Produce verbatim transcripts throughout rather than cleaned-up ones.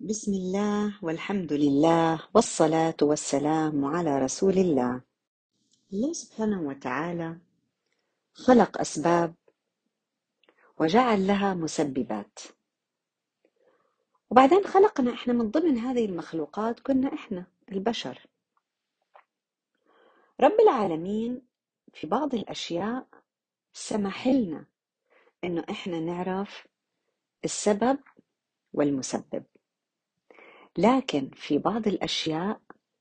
بسم الله والحمد لله والصلاة والسلام على رسول الله. الله سبحانه وتعالى خلق أسباب وجعل لها مسببات، وبعدين خلقنا إحنا من ضمن هذه المخلوقات، كنا إحنا البشر. رب العالمين في بعض الأشياء سمح لنا إنه إحنا نعرف السبب والمسبب، لكن في بعض الأشياء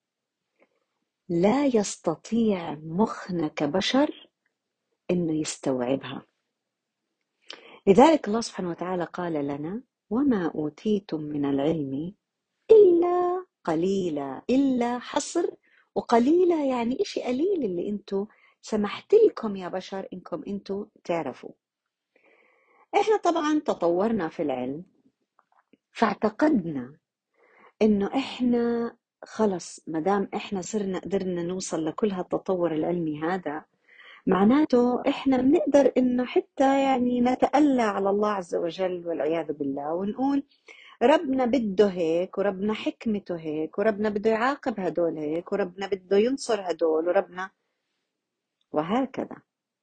لا يستطيع مخنا كبشر إنه يستوعبها. لذلك الله سبحانه وتعالى قال لنا: وما أوتيتم من العلم إلا قليلا، إلا حصر، وقليلا يعني إشي قليل اللي أنتوا سمحت لكم يا بشر إنكم أنتوا تعرفوا. إحنا طبعا تطورنا في العلم، فاعتقدنا إنه إحنا خلص مدام إحنا صرنا قدرنا نوصل لكل هالتطور العلمي هذا، معناته إحنا بنقدر إنه حتى يعني نتألى على الله عز وجل والعياذ بالله، ونقول ربنا بده هيك، وربنا حكمته هيك، وربنا بده يعاقب هدول هيك، وربنا بده ينصر هدول، وربنا وهكذا.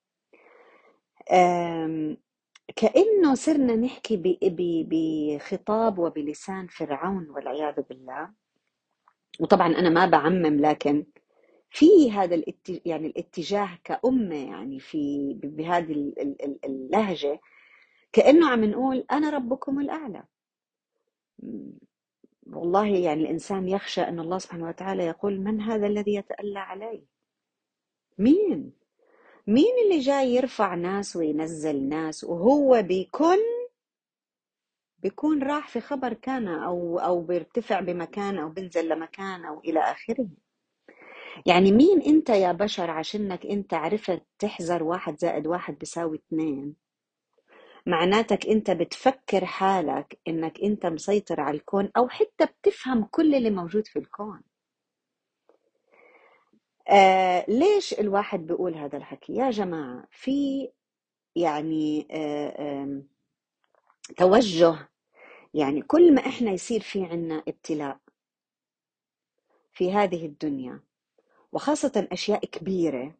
آم، كأنه صرنا نحكي ب- ب- بخطاب وبلسان فرعون والعياذ بالله. وطبعا أنا ما بعمم، لكن في هذا الات... يعني الاتجاه كأمة، يعني في ب- بهذه ال- ال- ال- اللهجة، كأنه عم نقول أنا ربكم الأعلى. م، والله يعني الإنسان يخشى أن الله سبحانه وتعالى يقول: من هذا الذي يتألى علي؟ مين؟ مين اللي جاي يرفع ناس وينزل ناس، وهو بيكون بيكون راح في خبر كان، أو أو بيرتفع بمكان أو بينزل لمكان أو إلى آخره. يعني مين أنت يا بشر عشانك أنت عرفت تحذر واحد زائد واحد بيساوي اتنين؟ معناتك أنت بتفكر حالك إنك أنت مسيطر على الكون، أو حتى بتفهم كل اللي موجود في الكون. آه ليش الواحد بيقول هذا الحكي يا جماعة؟ في يعني آه آم، توجه، يعني كل ما إحنا يصير في عنا ابتلاء في هذه الدنيا، وخاصة أشياء كبيرة،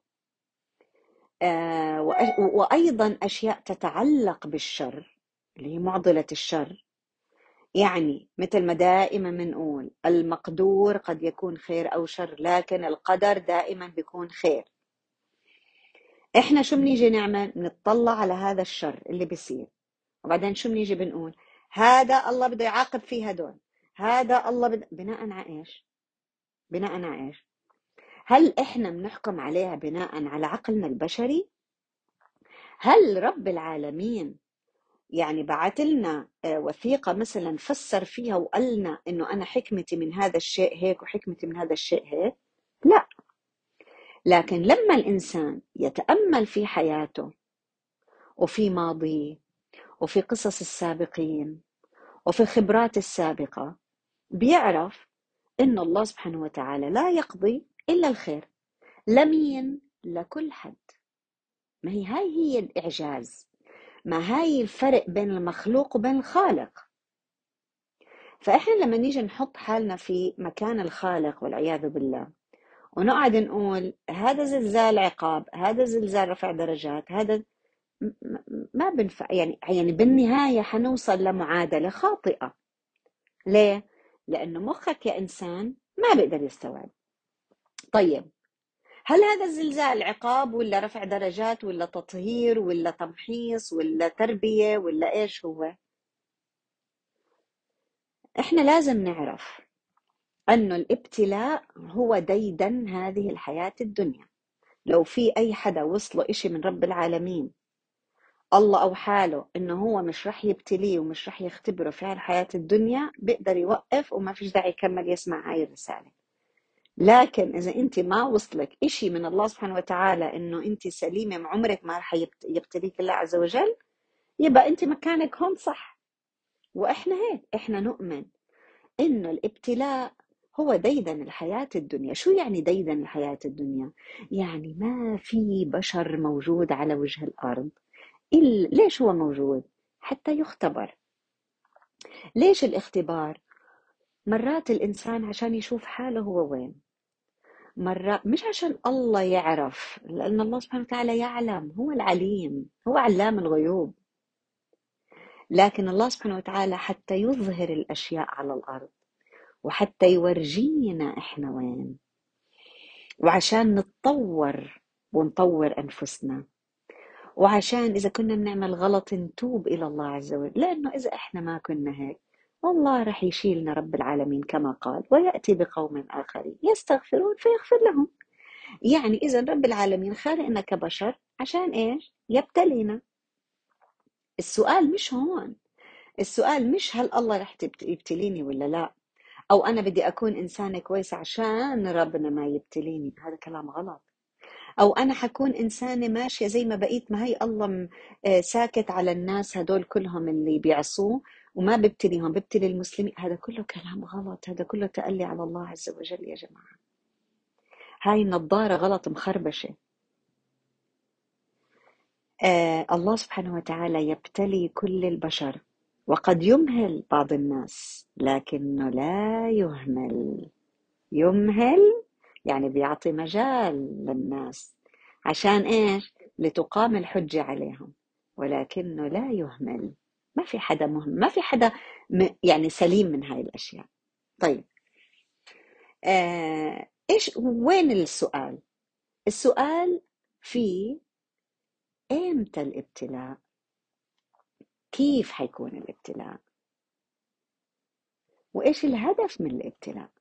آه وأ- وأيضا أشياء تتعلق بالشر اللي هي معضلة الشر. يعني مثل ما دائما بنقول: المقدور قد يكون خير أو شر، لكن القدر دائما بيكون خير. إحنا شو بنيجي نعمل؟ نتطلع على هذا الشر اللي بيصير، وبعدين شو بنيجي بنقول؟ هذا الله بده يعاقب فيه هدول، هذا الله بد... بناء على إيش؟ بناء على إيش؟ هل إحنا بنحكم عليها بناء على عقلنا البشري؟ هل رب العالمين يعني بعت لنا آه، وثيقة مثلا فسر فيها وقال لنا إنه أنا حكمتي من هذا الشيء هيك وحكمتي من هذا الشيء هيك؟ لا. لكن لما الإنسان يتأمل في حياته وفي ماضيه وفي قصص السابقين وفي خبرات السابقة، بيعرف إن الله سبحانه وتعالى لا يقضي إلا الخير، لمين؟ لكل حد. ما هي هاي هي الإعجاز، ما هاي الفرق بين المخلوق وبين الخالق. فإحنا لما نيجي نحط حالنا في مكان الخالق والعياذ بالله، ونقعد نقول هذا زلزال عقاب، هذا زلزال رفع درجات، هذا م- م- ما بنفع. يعني يعني بالنهاية حنوصل لمعادلة خاطئة. ليه؟ لأنه مخك يا إنسان ما بيقدر يستوعب. طيب، هل هذا الزلزال عقاب ولا رفع درجات ولا تطهير ولا تمحيص ولا تربية ولا إيش هو؟ إحنا لازم نعرف أنه الابتلاء هو ديدن هذه الحياة الدنيا. لو في أي حدا وصله إشي من رب العالمين، الله أو حاله إنه هو مش رح يبتليه ومش رح يختبره في هالحياة الدنيا، بيقدر يوقف وما فيش داعي يكمل يسمع هاي الرسالة. لكن إذا أنت ما وصلك إشي من الله سبحانه وتعالى إنه أنت سليمة، عمرك ما رح يبت- يبتليك الله عز وجل، يبقى أنت مكانك هون صح. وإحنا هيك، إحنا نؤمن إنه الابتلاء هو ديدن الحياة الدنيا. شو يعني ديدن الحياة الدنيا؟ يعني ما في بشر موجود على وجه الأرض إلا ليش هو موجود؟ حتى يختبر. ليش الاختبار؟ مرات الإنسان عشان يشوف حاله هو وين، مرات مش عشان الله يعرف، لأن الله سبحانه وتعالى يعلم، هو العليم، هو علام الغيوب. لكن الله سبحانه وتعالى حتى يظهر الأشياء على الأرض، وحتى يورجينا إحنا وين، وعشان نتطور ونطور أنفسنا، وعشان إذا كنا بنعمل غلط نتوب إلى الله عز وجل. لأنه إذا إحنا ما كنا هيك، والله رح يشيلنا رب العالمين كما قال: ويأتي بقوم آخرين يستغفرون فيغفر لهم. يعني إذا رب العالمين خالقنا كبشر عشان إيش؟ يبتلينا. السؤال مش هون، السؤال مش هل الله رح تبت- يبتليني ولا لا، أو أنا بدي أكون إنسانة كويسة عشان ربنا ما يبتليني. هذا كلام غلط. أو أنا حكون إنسانة ماشية زي ما بقيت، ما هي الله م- آه، ساكت على الناس هدول كلهم اللي بيعصوه وما بيبتليهم، بيبتلي المسلمين. هذا كله كلام غلط، هذا كله تألي على الله عز وجل يا جماعة. هاي النظارة غلط مخربشة. آه الله سبحانه وتعالى يبتلي كل البشر، وقد يمهل بعض الناس لكنه لا يهمل. يمهل يعني بيعطي مجال للناس، عشان إيش؟ لتقام الحجة عليهم، ولكنه لا يهمل. ما في حدا مهم، ما في حدا م- يعني سليم من هاي الأشياء. طيب، آه إيش وين السؤال؟ السؤال في إمتى الابتلاء، كيف حيكون الابتلاء، وإيش الهدف من الابتلاء.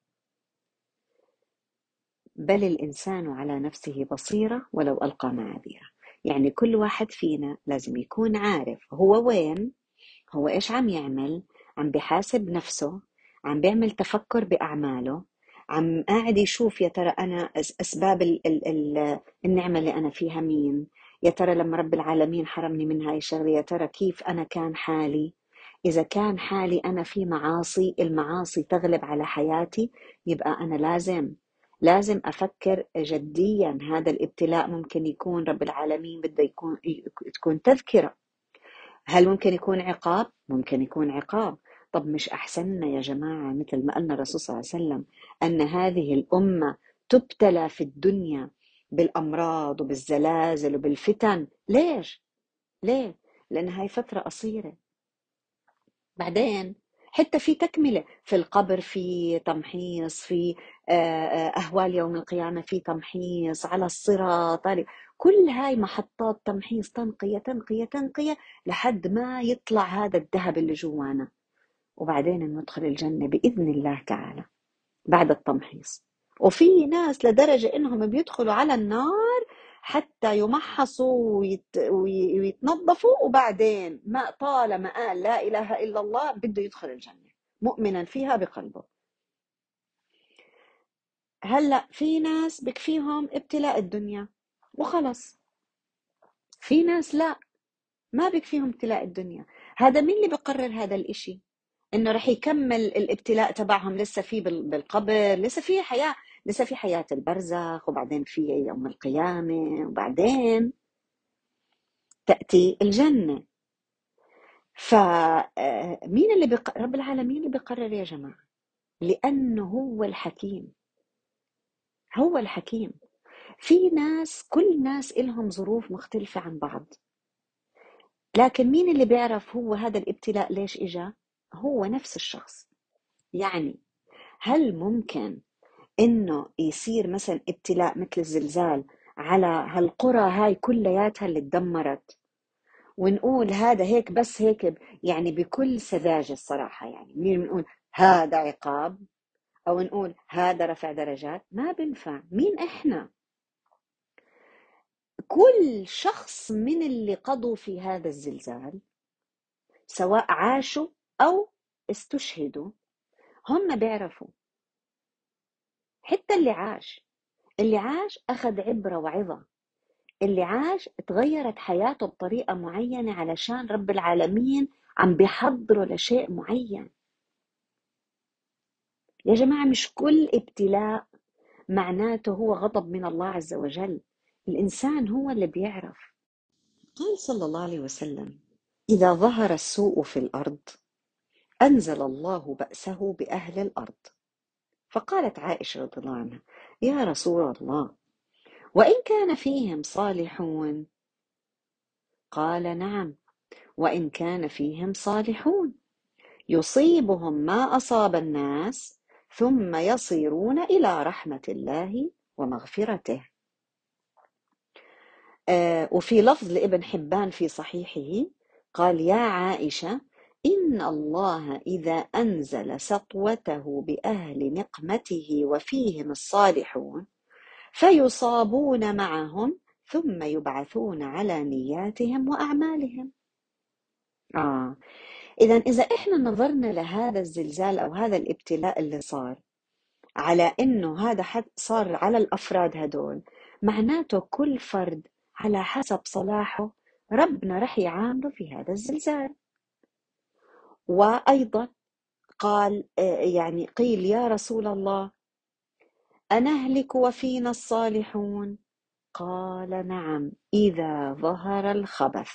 بل الإنسان على نفسه بصيرة ولو ألقى معاذيره. يعني كل واحد فينا لازم يكون عارف هو وين، هو إيش عم يعمل، عم بيحاسب نفسه، عم بيعمل تفكر بأعماله، عم قاعد يشوف يا ترى أنا أس- أسباب ال ال ال النعمة اللي أنا فيها مين، يا ترى لما رب العالمين حرمني من هاي الشغلة يا ترى كيف أنا كان حالي. إذا كان حالي أنا في معاصي، المعاصي تغلب على حياتي، يبقى أنا لازم لازم أفكر جديا. هذا الابتلاء ممكن يكون رب العالمين بده يكون تكون تذكرة. هل ممكن يكون عقاب؟ ممكن يكون عقاب. طب مش أحسننا يا جماعة مثل ما قالنا الرسول صلى الله عليه وسلم أن هذه الأمة تبتلى في الدنيا بالأمراض وبالزلازل وبالفتن. ليش؟ ليه؟ لأن هاي فترة قصيرة، بعدين حتى في تكملة في القبر، في تمحيص، في آه، آه، أهوال يوم القيامة، في تمحيص على الصراط. هذه- كل هاي محطات تمحيص، تنقية تنقية تنقية لحد ما يطلع هذا الذهب اللي جوانا، وبعدين ندخل الجنة بإذن الله تعالى بعد التمحيص. وفي ناس لدرجة إنهم بيدخلوا على النار حتى يمحصوا ويت... وي- ويتنظفوا، وبعدين ما طالما قال لا إله إلا الله بده يدخل الجنة مؤمنا فيها بقلبه. هلأ في ناس بكفيهم ابتلاء الدنيا وخلص، في ناس لا، ما بكفيهم ابتلاء الدنيا. هذا مين اللي بقرر هذا الإشي؟ انه رح يكمل الابتلاء تبعهم لسه في بال- بالقبر، لسه في حياة، لسه في حياة البرزخ، وبعدين في يوم القيامة، وبعدين تأتي الجنة. فمين اللي بق... رب العالمين اللي بيقرر يا جماعة، لأنه هو الحكيم، هو الحكيم. في ناس، كل ناس إلهم ظروف مختلفة عن بعض، لكن مين اللي بيعرف هو هذا الابتلاء ليش إجا؟ هو نفس الشخص. يعني هل ممكن انه يصير مثلا ابتلاء مثل الزلزال على هالقرى هاي كلياتها اللي اتدمرت، ونقول هذا هيك بس هيك ب- يعني بكل سذاجة الصراحة، يعني مين بنقول هذا عقاب او نقول هذا رفع درجات؟ ما بنفع. مين احنا؟ كل شخص من اللي قضوا في هذا الزلزال، سواء عاشوا او استشهدوا، هم بيعرفوا. حتى اللي عاش، اللي عاش اخذ عبرة وعظة، اللي عاش اتغيرت حياته بطريقة معينة علشان رب العالمين عم بيحضره لشيء معين. يا جماعة مش كل ابتلاء معناته هو غضب من الله عز وجل، الإنسان هو اللي بيعرف. قال صلى الله عليه وسلم: إذا ظهر السوء في الأرض أنزل الله بأسه بأهل الأرض. فقالت عائشة رضي الله عنها: يا رسول الله، وإن كان فيهم صالحون؟ قال: نعم، وإن كان فيهم صالحون يصيبهم ما أصاب الناس ثم يصيرون إلى رحمة الله ومغفرته. آه وفي لفظ لابن حبان في صحيحه قال: يا عائشة، إن الله إذا أنزل سطوته بأهل نقمته وفيهم الصالحون فيصابون معهم ثم يبعثون على نياتهم وأعمالهم. آه إذا إذا إحنا نظرنا لهذا الزلزال أو هذا الابتلاء اللي صار على إنه هذا حد صار على الأفراد هدول، معناته كل فرد على حسب صلاحه ربنا رح يعامله في هذا الزلزال. وأيضا قال يعني قيل: يا رسول الله، أنهلك وفينا الصالحون؟ قال: نعم، إذا ظهر الخبث.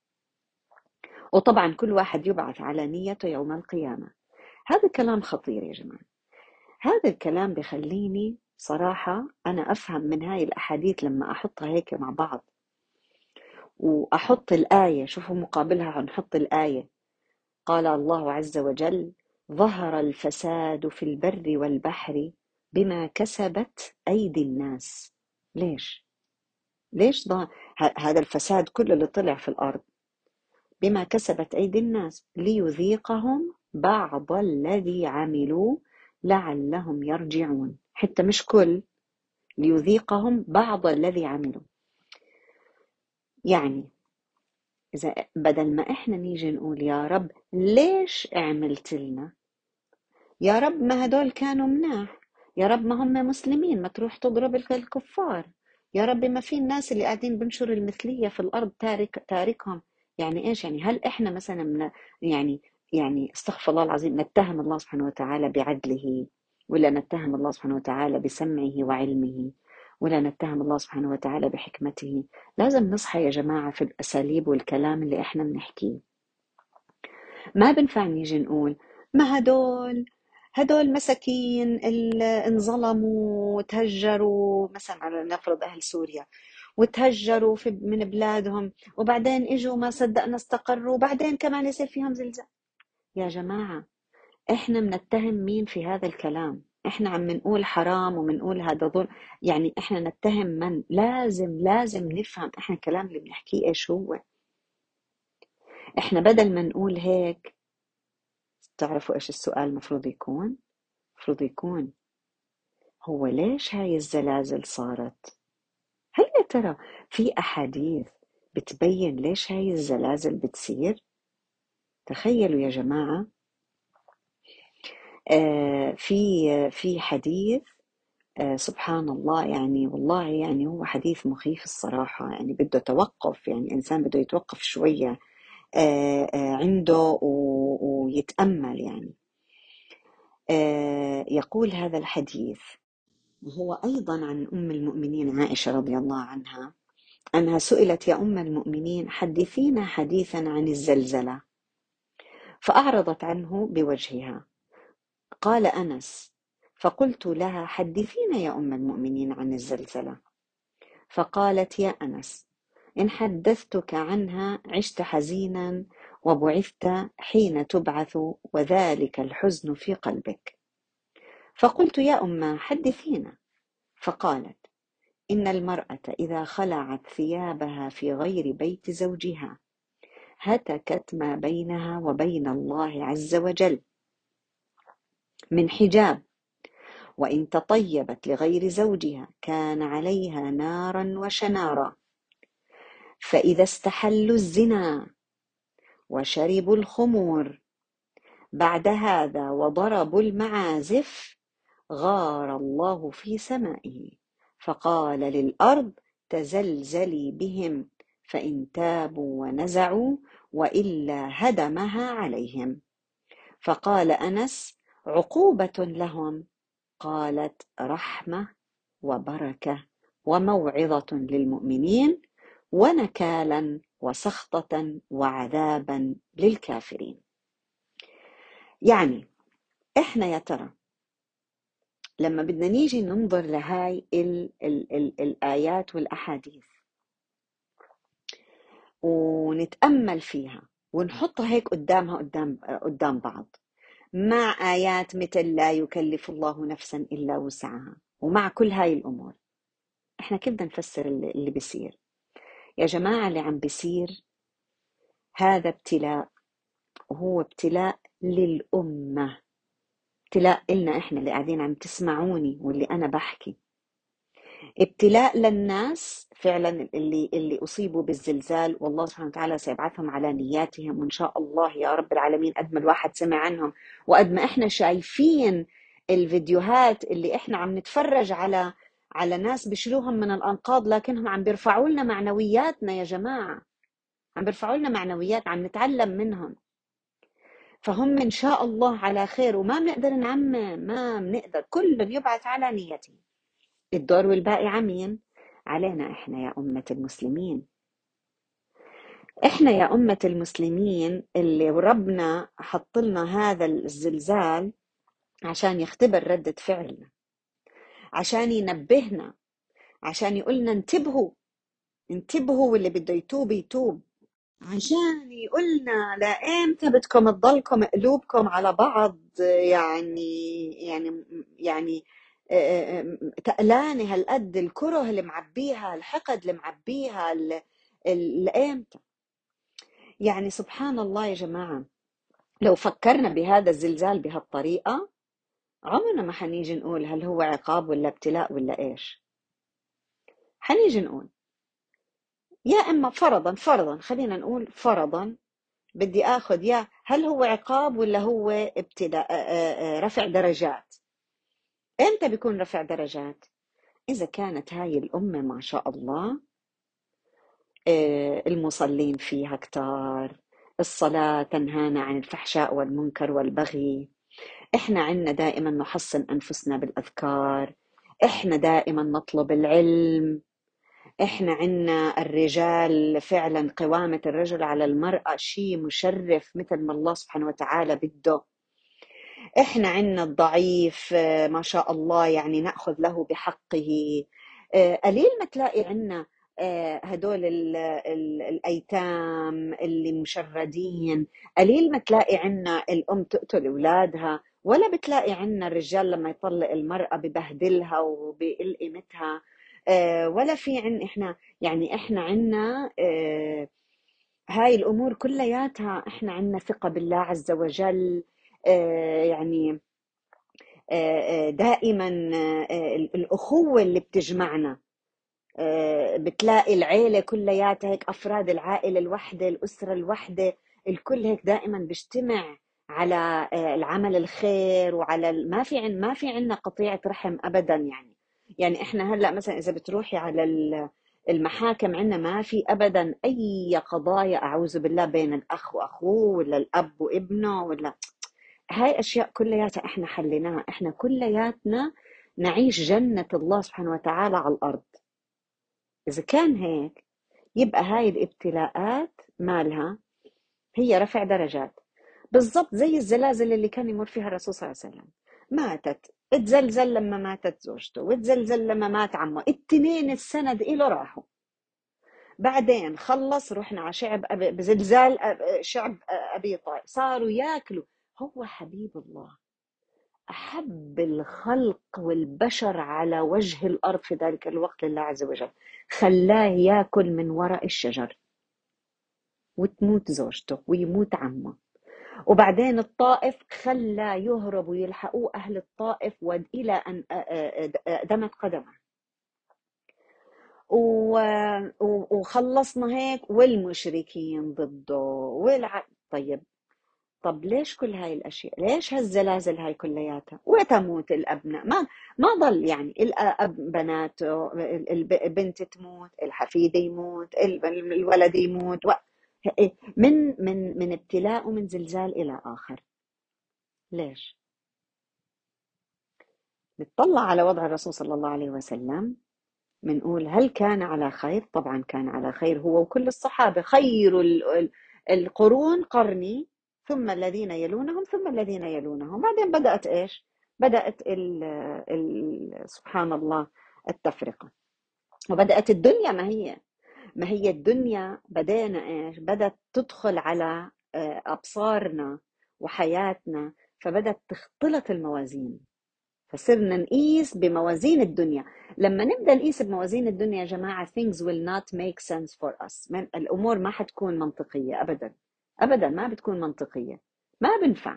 وطبعا كل واحد يبعث على نيته يوم القيامة. هذا كلام خطير يا جماعة. هذا الكلام بخليني صراحة أنا أفهم من هاي الأحاديث لما أحطها هيك مع بعض وأحط الآية، شوفوا مقابلها هنحط الآية. قال الله عز وجل: ظهر الفساد في البر والبحر بما كسبت أيدي الناس. ليش؟ ليش ظهر هذا الفساد كله اللي طلع في الأرض؟ بما كسبت أيدي الناس ليذيقهم بعض الذي عملوا لعلهم يرجعون. حتى مش كل، ليذيقهم بعض الذي عملوا. يعني إذا بدل ما إحنا نيجي نقول يا رب ليش عملت لنا، يا رب ما هدول كانوا مناح، يا رب ما هم مسلمين، ما تروح تضرب الكفار، يا رب ما في الناس اللي قاعدين بنشر المثلية في الأرض تارك تاركهم. يعني إيش؟ يعني هل إحنا مثلا من يعني يعني استغفر الله العظيم نتهم الله سبحانه وتعالى بعدله، ولا نتهم الله سبحانه وتعالى بسمعه وعلمه، ولا نتهم الله سبحانه وتعالى بحكمته؟ لازم نصحى يا جماعة في الأساليب والكلام اللي إحنا بنحكيه. ما بنفع نيجي نقول ما هدول هدول مساكين اللي انظلموا وتهجروا، مثلا على نفرض أهل سوريا، وتهجروا في من بلادهم وبعدين اجوا ما صدقنا استقروا وبعدين كمان يصير فيهم زلزال. يا جماعة، احنا بنتهم مين في هذا الكلام؟ احنا عم نقول حرام ومنقول هذا ظلم، يعني احنا نتهم من؟ لازم لازم نفهم احنا الكلام اللي بنحكيه ايش هو. احنا بدل ما نقول هيك، تعرفوا ايش السؤال المفروض يكون؟ المفروض يكون هو ليش هاي الزلازل صارت؟ هل يا ترى في أحاديث بتبين ليش هاي الزلازل بتصير؟ تخيلوا يا جماعة، آه في في حديث، آه سبحان الله، يعني والله يعني هو حديث مخيف الصراحة، يعني بده توقف، يعني إنسان بده يتوقف شوية آه آه عنده ويتأمل. يعني آه يقول هذا الحديث، وهو أيضا عن أم المؤمنين عائشة رضي الله عنها، أنها سئلت: يا أم المؤمنين، حدثينا حديثا عن الزلزلة. فأعرضت عنه بوجهها. قال أنس: فقلت لها: حدثينا يا أم المؤمنين عن الزلزلة. فقالت: يا أنس، إن حدثتك عنها عشت حزينا وبعثت حين تبعث، وذلك الحزن في قلبك. فقلت: يا أمه حدثينا. فقالت: إن المرأة إذا خلعت ثيابها في غير بيت زوجها هتكت ما بينها وبين الله عز وجل من حجاب، وإن تطيبت لغير زوجها كان عليها نارا وشنارا. فإذا استحلوا الزنا وشربوا الخمور بعد هذا وضربوا المعازف غار الله في سمائه فقال للأرض: تزلزلي بهم، فإن تابوا ونزعوا وإلا هدمها عليهم. فقال أنس: عقوبة لهم؟ قالت: رحمة وبركة وموعظة للمؤمنين ونكالا وسخطة وعذابا للكافرين. يعني إحنا يا ترى لما بدنا نيجي ننظر لهاي ال ال ال الآيات والأحاديث ونتأمل فيها ونحطها هيك قدامها قدام قدام بعض، مع آيات مثل لا يكلف الله نفسا إلا وسعها، ومع كل هاي الأمور، إحنا كيف بدنا نفسر اللي اللي بيصير؟ يا جماعة اللي عم بيصير هذا ابتلاء، وهو ابتلاء للأمة، ابتلاء إلنا إحنا اللي قاعدين عم تسمعوني واللي أنا بحكي، ابتلاء للناس فعلا اللي اللي أصيبوا بالزلزال، والله سبحانه وتعالى سيبعثهم على نياتهم، وإن شاء الله يا رب العالمين قد ما الواحد سمع عنهم وقد ما إحنا شايفين الفيديوهات اللي إحنا عم نتفرج على على ناس بيشيلوهم من الأنقاض، لكنهم عم بيرفعوا لنا معنوياتنا يا جماعة، عم بيرفعوا لنا معنويات، عم نتعلم منهم، فهم إن شاء الله على خير، وما بنقدر نعمم، ما بنقدر، كل يبعث على نيته. الدور والباقي عمين علينا إحنا يا أمة المسلمين، إحنا يا أمة المسلمين اللي ربنا حط لنا هذا الزلزال عشان يختبر ردة فعلنا، عشان ينبهنا، عشان يقولنا انتبهوا انتبهوا، واللي بده يتوب يتوب، عشان يقولنا لإمتى بدكم تضلكم قلوبكم على بعض، يعني يعني يعني آه، آه، تقلانة هالقد، الكره اللي معبيها، الحقد اللي معبيها، ال- ال- لإمتى؟ يعني سبحان الله يا جماعة، لو فكرنا بهذا الزلزال بهالطريقة عمرنا ما حنيجي نقول هل هو عقاب ولا ابتلاء ولا إيش. حنيجي نقول يا إما فرضا فرضا خلينا نقول فرضا بدي اخذ يا هل هو عقاب ولا هو ابتلاء، آه، آه، آه، رفع درجات. امتى بيكون رفع درجات؟ اذا كانت هاي الامه ما شاء الله آه، المصلين فيها كتار، الصلاه تنهانا عن الفحشاء والمنكر والبغي، احنا عنا دائما نحصن انفسنا بالاذكار، احنا دائما نطلب العلم، احنا عنا الرجال فعلا قوامة الرجل على المرأة شيء مشرف مثل ما الله سبحانه وتعالى بده، احنا عنا الضعيف آه، ما شاء الله يعني نأخذ له بحقه، آه، قليل ما تلاقي عنا آه، هدول ال ال الأيتام اللي مشردين، قليل ما تلاقي عنا الأم تقتل أولادها، ولا بتلاقي عنا الرجال لما يطلق المرأة ببهدلها وبقل قيمتها، آه، ولا في عن احنا يعني احنا عنا آه، هاي الأمور كلياتها، احنا عنا ثقة بالله عز وجل، آه، يعني آه، آه، دائما آه، الأخوة اللي بتجمعنا، آه، بتلاقي العيلة كلياتها هيك، أفراد العائلة الوحدة، الأسرة الوحدة، الكل هيك دائما بيجتمع على آه، العمل الخير، وعلى ال- ما في عن ما في عنا قطيعة رحم أبدا. يعني يعني إحنا هلأ مثلا إذا بتروحي على ال- المحاكم عنا ما في أبدا أي قضايا أعوذ بالله بين الأخ وأخوه، ولا الأب وابنه، ولا هاي أشياء كلياتها إحنا حليناها، إحنا كلياتنا نعيش جنة الله سبحانه وتعالى على الأرض. إذا كان هيك يبقى هاي الابتلاءات مالها هي رفع درجات، بالضبط زي الزلازل اللي كان يمر فيها الرسول صلى الله عليه وسلم، ماتت، اتزلزل لما ماتت زوجته، واتزلزل لما مات عمه، التنين السند إله راحوا، بعدين خلص رحنا على شعب أبي بزلزال أب- شعب أبي طالب صاروا ياكلوا. هو حبيب الله أحب الخلق والبشر على وجه الأرض في ذلك الوقت لله عز وجل، خلاه يأكل من ورق الشجر، وتموت زوجته ويموت عمه، وبعدين الطائف خلى يهرب ويلحقوه أهل الطائف، وإلى أن دمت قدمه، و- و- وخلصنا هيك، والمشركين ضده والع... طيب، طب ليش كل هاي الأشياء؟ ليش هالزلازل هاي كلياتها؟ وتموت الأبناء، ما ما ضل يعني الأب بناته، الب- البنت تموت، الحفيد يموت، ال- الولد يموت، و- من من من ابتلاء ومن زلزال إلى آخر. ليش؟ نطلع على وضع الرسول صلى الله عليه وسلم، منقول هل كان على خير؟ طبعا كان على خير، هو وكل الصحابة، خير ال- ال- القرون قرني، ثم الذين يلونهم ثم الذين يلونهم. بعدين بدأت إيش؟ بدأت ال ال سبحان الله التفرقة، وبدأت الدنيا. ما هي ما هي الدنيا بدأنا إيش؟ بدأت تدخل على آه، أبصارنا وحياتنا، فبدأت تختلط الموازين، فصرنا نقيس بموازين الدنيا. لما نبدأ نقيس بموازين الدنيا يا جماعة things will not make sense for us. من الأمور ما حتكون منطقية أبدا، أبدا ما بتكون منطقية، ما بنفع.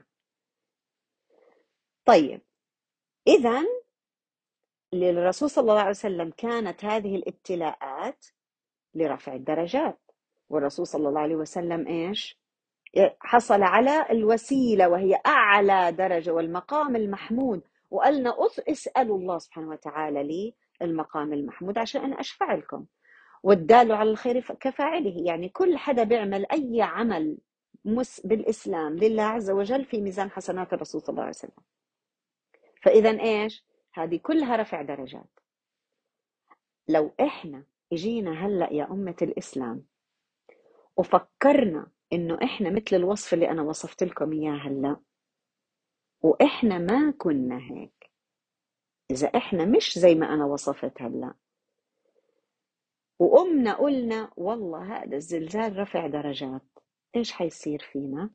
طيب إذا للرسول صلى الله عليه وسلم كانت هذه الابتلاءات لرفع الدرجات، والرسول صلى الله عليه وسلم إيش؟ حصل على الوسيلة وهي أعلى درجة والمقام المحمود. وقالنا اسألوا الله سبحانه وتعالى لي المقام المحمود عشان أنا أشفع لكم، والدال على الخير كفاعله. يعني كل حدا بيعمل أي عمل مس بالإسلام لله عز وجل في ميزان حسنات الرسول صلى الله عليه وسلم. فإذا إيش؟ هذه كلها رفع درجات. لو إحنا إجينا هلأ يا أمة الإسلام وفكرنا إنه إحنا مثل الوصف اللي أنا وصفت لكم إياه هلأ، وإحنا ما كنا هيك، إذا إحنا مش زي ما أنا وصفت هلأ، وقمنا قلنا والله هذا الزلزال رفع درجات، إيش حيصير فينا؟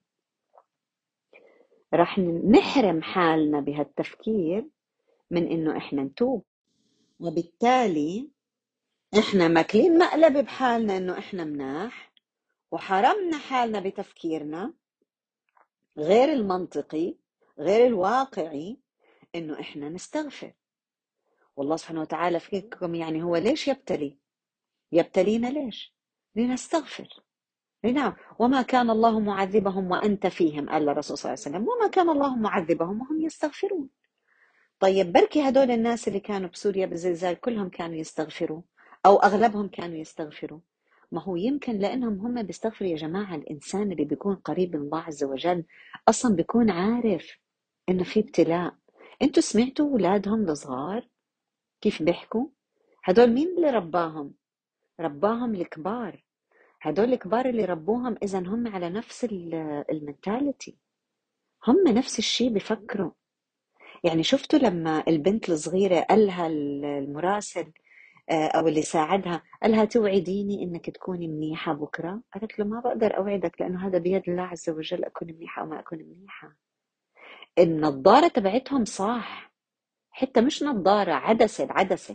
رح نحرم حالنا بهالتفكير من إنه إحنا نتوب، وبالتالي إحنا ماكلين مقلب بحالنا إنه إحنا مناح، وحرمنا حالنا بتفكيرنا غير المنطقي غير الواقعي إنه إحنا نستغفر. والله سبحانه وتعالى فيكم يعني هو ليش يبتلي؟ يبتلينا ليش؟ لنستغفر. نعم، وما كان الله معذبهم وأنت فيهم، قال الرسول صلى الله عليه وسلم، وما كان الله معذبهم وهم يستغفرون. طيب بركي هدول الناس اللي كانوا بسوريا بالزلزال كلهم كانوا يستغفروا، أو أغلبهم كانوا يستغفروا. ما هو يمكن لأنهم هم بيستغفروا. يا جماعة الإنسان اللي بيكون قريب من الله عز وجل أصلا بيكون عارف إنه في ابتلاء. أنتوا سمعتوا أولادهم الصغار كيف بيحكوا؟ هدول مين اللي رباهم؟ رباهم الكبار. هدول الكبار اللي ربوهم إذا هم على نفس المنتاليتي، هم نفس الشيء بيفكروا. يعني شفتوا لما البنت الصغيرة قالها المراسل آه، أو اللي ساعدها، قالها توعديني إنك تكوني منيحة بكرة؟ قالت له ما بقدر أوعدك لأنه هذا بيد الله عز وجل أكون منيحة أو ما أكون منيحة. النظارة تبعتهم صح، حتى مش نظارة، عدسة، العدسة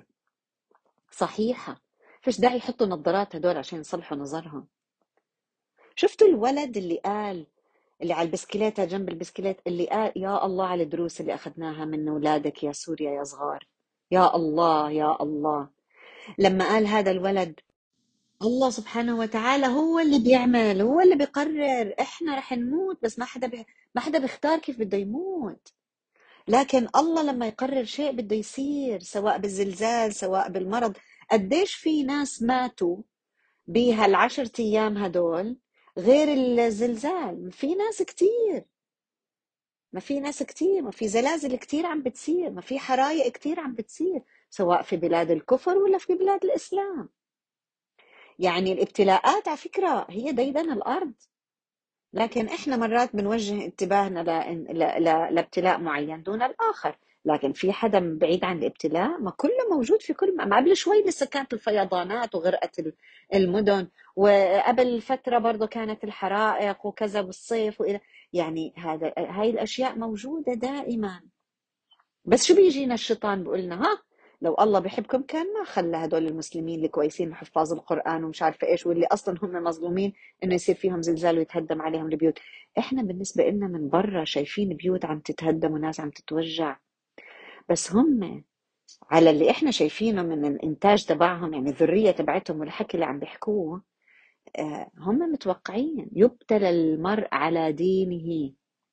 صحيحة. فيش داعي يحطوا نظارات هدول عشان يصلحوا نظرهم. شفتوا الولد اللي قال، اللي على البسكليتة جنب البسكليت، اللي قال يا الله على الدروس اللي أخذناها من أولادك يا سوريا يا صغار، يا الله يا الله. لما قال هذا الولد الله سبحانه وتعالى هو اللي بيعمل، هو اللي بيقرر، احنا رح نموت بس ما حدا بي... ما حدا بيختار كيف بده يموت، لكن الله لما يقرر شيء بده يصير، سواء بالزلزال سواء بالمرض. قديش في ناس ماتوا بهالعشر ايام هدول غير الزلزال؟ في ناس كتير، ما في ناس كتير، ما في زلازل كتير عم بتصير، ما في حرايق كتير عم بتصير، سواء في بلاد الكفر ولا في بلاد الإسلام. يعني الابتلاءات على فكرة هي ديدن الأرض، لكن إحنا مرات بنوجه انتباهنا ل- ل- ل- لابتلاء معين دون الآخر. لكن في حدا بعيد عن الابتلاء؟ ما كله موجود في كل ما ما قبل شوي لسه كانت الفيضانات وغرقت ال- المدن، وقبل فترة برضو كانت الحرائق وكذا بالصيف وإلى. يعني هذا هاي الأشياء موجودة دائما. بس شو بيجينا الشيطان بيقولنا ها لو الله بيحبكم كان ما خلى هدول المسلمين الكويسين حفاظ القرآن ومش عارفة ايش واللي اصلا هم مظلومين انه يصير فيهم زلزال ويتهدم عليهم البيوت. احنا بالنسبة لنا من برا شايفين بيوت عم تتهدم وناس عم تتوجع، بس هم على اللي احنا شايفينه من الانتاج تبعهم، يعني الذرية تبعتهم والحكي اللي عم بيحكوه، آه، هم متوقعين يبتلى المرء على دينه.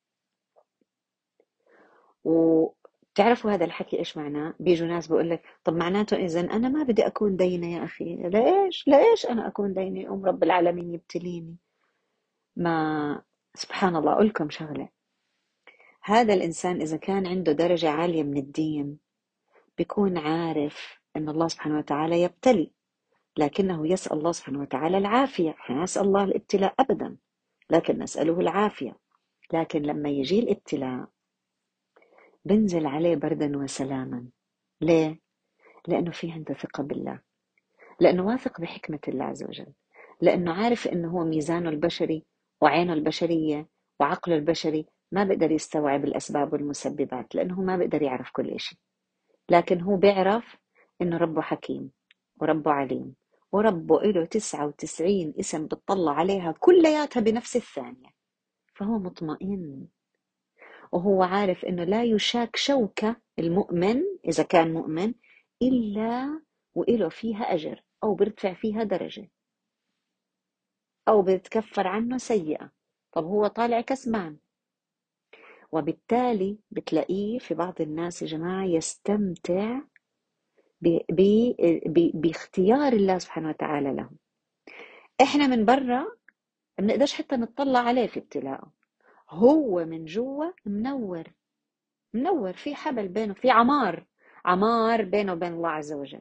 وتعرفوا هذا الحكي ايش معناه؟ بيجوا ناس بقول لك طب معناته اذا انا ما بدي اكون دينه يا اخي. ليش ليش انا اكون دينه؟ ام رب العالمين يبتليني. ما سبحان الله. اقول لكم شغله، هذا الانسان اذا كان عنده درجه عاليه من الدين بيكون عارف ان الله سبحانه وتعالى يبتلي، لكنه يسال الله سبحانه وتعالى العافيه. احنا نسال الله الابتلاء ابدا، لكن نساله العافيه. لكن لما يجي الابتلاء بنزل عليه بردا وسلاما. ليه؟ لأنه في عنده ثقة بالله، لأنه واثق بحكمة الله عز وجل، لأنه عارف أنه هو ميزانه البشري وعينه البشرية وعقله البشري ما بيقدر يستوعب الأسباب والمسببات، لأنه ما بيقدر يعرف كل شيء. لكن هو بيعرف أنه ربه حكيم وربه عليم، وربه له تسعة وتسعين اسم بتطلع عليها كلياتها بنفس الثانية، فهو مطمئن. وهو عارف أنه لا يشاك شوكة المؤمن إذا كان مؤمن إلا وإله فيها أجر، أو بيرتفع فيها درجة، أو بتكفر عنه سيئة. طب هو طالع كسبان. وبالتالي بتلاقيه في بعض الناس يا جماعة يستمتع ب... ب... ب... باختيار الله سبحانه وتعالى له. إحنا من برا ما بنقدرش حتى نطلع عليه في ابتلاءه، هو من جوا منور، منور في حبل بينه، في عمار، عمار بينه وبين الله عز وجل.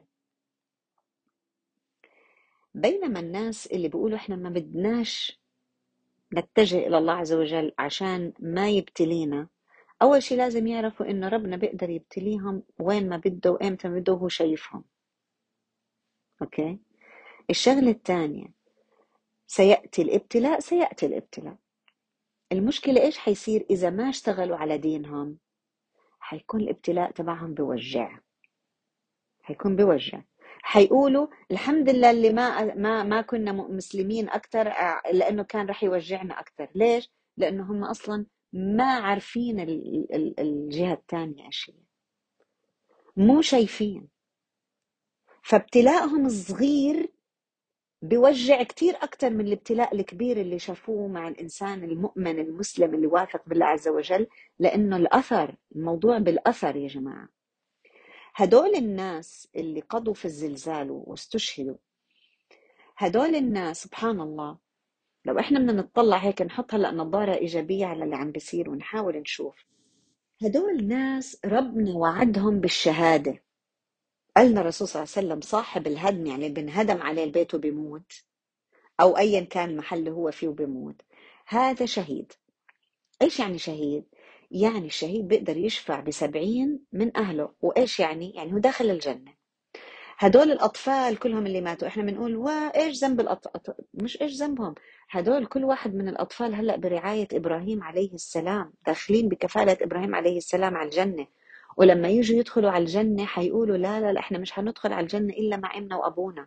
بينما الناس اللي بيقولوا إحنا ما بدناش نتجه إلى الله عز وجل عشان ما يبتلينا، أول شيء لازم يعرفوا إنه ربنا بيقدر يبتليهم وين ما بده وإمتى ما بده وهو شايفهم. أوكي. الشغلة الثانية، سيأتي الابتلاء، سيأتي الابتلاء. المشكلة إيش حيصير إذا ما اشتغلوا على دينهم؟ حيكون الابتلاء تبعهم بوجع، حيكون بوجع. حيقولوا الحمد لله اللي ما ما ما كنا مسلمين أكتر، لأنه كان رح يوجعنا أكتر. ليش؟ لأنه هم أصلا ما عارفين ال- ال- الجهة الثانية إيش هي، مو شايفين. فابتلاءهم الصغير بيوجع كتير أكتر من الابتلاء الكبير اللي شافوه مع الإنسان المؤمن المسلم اللي واثق بالله عز وجل، لأنه الأثر، الموضوع بالأثر يا جماعة. هدول الناس اللي قضوا في الزلزال واستشهدوا، هدول الناس سبحان الله، لو احنا بدنا نطلع هيك نحط هلا نظارة إيجابية على اللي عم بيصير ونحاول نشوف، هدول ناس ربنا وعدهم بالشهادة. قالنا الرسول صلى الله عليه وسلم صاحب الهدم، يعني بنهدم عليه البيت وبيموت، أو أيا كان المحل اللي هو فيه وبيموت، هذا شهيد. إيش يعني شهيد؟ يعني الشهيد بيقدر يشفع بسبعين من أهله. وإيش يعني؟ يعني هو داخل الجنة. هدول الأطفال كلهم اللي ماتوا، إحنا بنقول وإيش ذنب الأطفال؟ مش إيش ذنبهم، هدول كل واحد من الأطفال هلأ برعاية إبراهيم عليه السلام، داخلين بكفالة إبراهيم عليه السلام على الجنة. ولما يجوا يدخلوا على الجنة حيقولوا لا لا لا، إحنا مش هندخل على الجنة إلا مع أمنا وأبونا.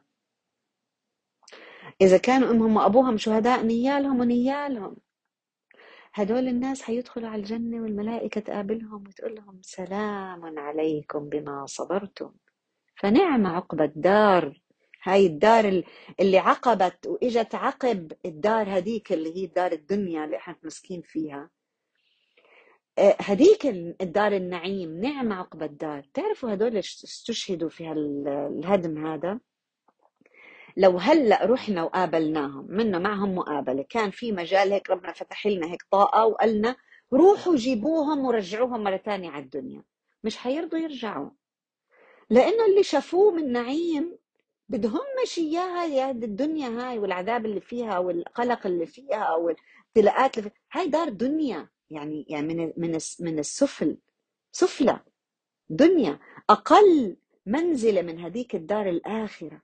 إذا كانوا أمهم وأبوهم شهداء نيالهم ونيالهم. هدول الناس حيدخلوا على الجنة والملائكة تقابلهم وتقول لهم سلام عليكم بما صبرتم فنعم عقبى الدار. هاي الدار ال- اللي عقبت وإجت عقب الدار هديك اللي هي دار الدنيا اللي احنا مسكين فيها. آه، هديك ال- الدار النعيم، نعم عقبى الدار. تعرفوا هدول استشهدوا في هال- الهدم هذا، لو هلأ رحنا وقابلناهم منه معهم مقابلة، كان في مجال هيك ربنا فتح لنا هيك طاقة وقالنا روحوا جيبوهم ورجعوهم مرة تانية على الدنيا، مش حيرضوا يرجعوا، لأنه اللي شافوه من نعيم بدهم مش إياها يا الدنيا هاي، والعذاب اللي فيها والقلق اللي فيها والابتلاءات اللي فيها. هاي دار دنيا، يعني يعني من من الس- من السفل، سفلى دنيا، أقل منزلة من هذيك الدار الآخرة،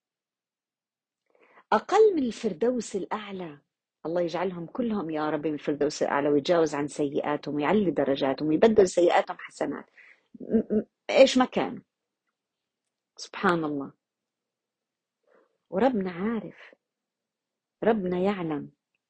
أقل من الفردوس الأعلى. الله يجعلهم كلهم يا رب من الفردوس الأعلى، ويتجاوز عن سيئاتهم ويعلي درجاتهم ويبدل سيئاتهم حسنات. م- م- إيش ما كان. سبحان الله. وربنا عارف، ربنا يعلم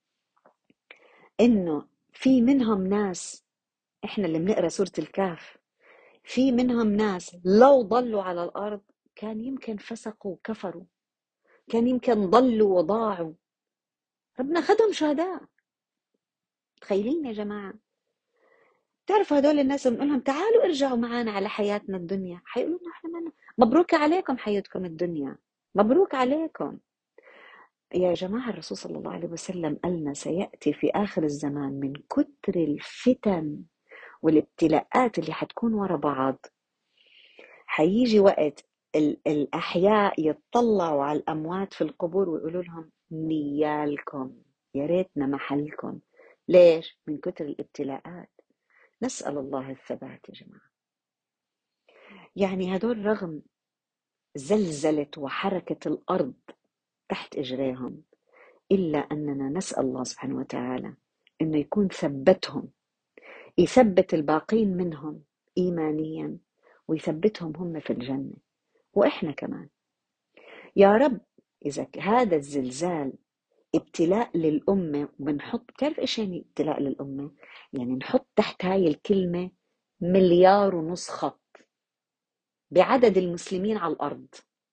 إنه في منهم ناس، إحنا اللي بنقرأ سورة الكهف، في منهم ناس لو ضلوا على الأرض كان يمكن فسقوا وكفروا، كان يمكن ضلوا وضاعوا، ربنا خدهم شهداء. تخيلين يا جماعة؟ تعرفوا هدول الناس بنقول لهم تعالوا ارجعوا معنا على حياتنا الدنيا، حيقولوا لنا احنا ما، مبروك عليكم حياتكم الدنيا، مبروك عليكم. يا جماعة الرسول صلى الله عليه وسلم قالنا سيأتي في آخر الزمان من كتر الفتن والابتلاءات اللي حتكون ورا بعض، حيجي وقت ال- الأحياء يتطلعوا على الأموات في القبور ويقولوا لهم نيالكم، يا ريتنا محلكم، ليش؟ من كتر الابتلاءات. نسأل الله الثبات يا جماعة. يعني هدول رغم زلزلة وحركة الأرض تحت إجريهم، إلا أننا نسأل الله سبحانه وتعالى أنه يكون ثبتهم، يثبت الباقين منهم إيمانيا، ويثبتهم هم في الجنة وإحنا كمان. يا رب إذا هذا الزلزال ابتلاء للأمة، بنحط، بتعرف إيش يعني ابتلاء للأمة؟ يعني نحط تحت هاي الكلمة مليار ونص خط بعدد المسلمين على الأرض.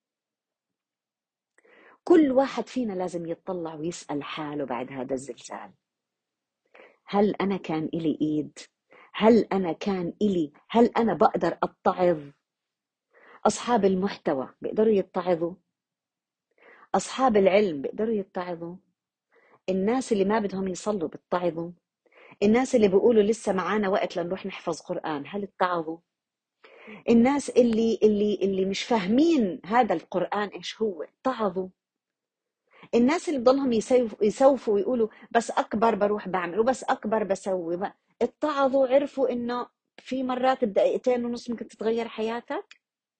كل واحد فينا لازم يتطلع ويسأل حاله بعد هذا الزلزال: هل أنا كان إلي إيد؟ هل أنا كان إلي هل أنا بقدر أتعظ؟ أصحاب المحتوى بيقدروا يتعظوا؟ أصحاب العلم بيقدروا يتعظوا؟ الناس اللي ما بدهم يصلوا بيتعظوا؟ الناس اللي بيقولوا لسه معانا وقت لنروح نحفظ قرآن هل اتعظوا؟ الناس اللي اللي اللي مش فاهمين هذا القرآن ايش هو اتعظوا؟ الناس اللي بضلهم يسوفوا يسوفوا ويقولوا بس اكبر بروح بعمل وبس اكبر بسوي، اتعظوا، عرفوا انه في مرات بدقيقتين ونص ممكن تتغير حياتك.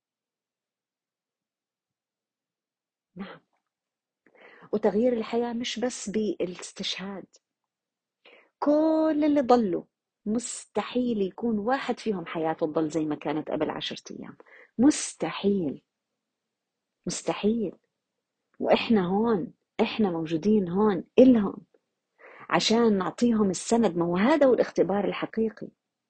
نعم. وتغيير الحياة مش بس بالاستشهاد. كل اللي ضلوا مستحيل يكون واحد فيهم حياته تضل زي ما كانت قبل عشرة أيام. مستحيل مستحيل. وإحنا هون، إحنا موجودين هون إلهم عشان نعطيهم السند. ما هو هذا هو الاختبار الحقيقي.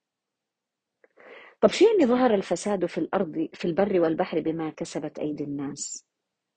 طب شو يعني ظهر الفساد في الأرض في البر والبحر بما كسبت أيدي الناس؟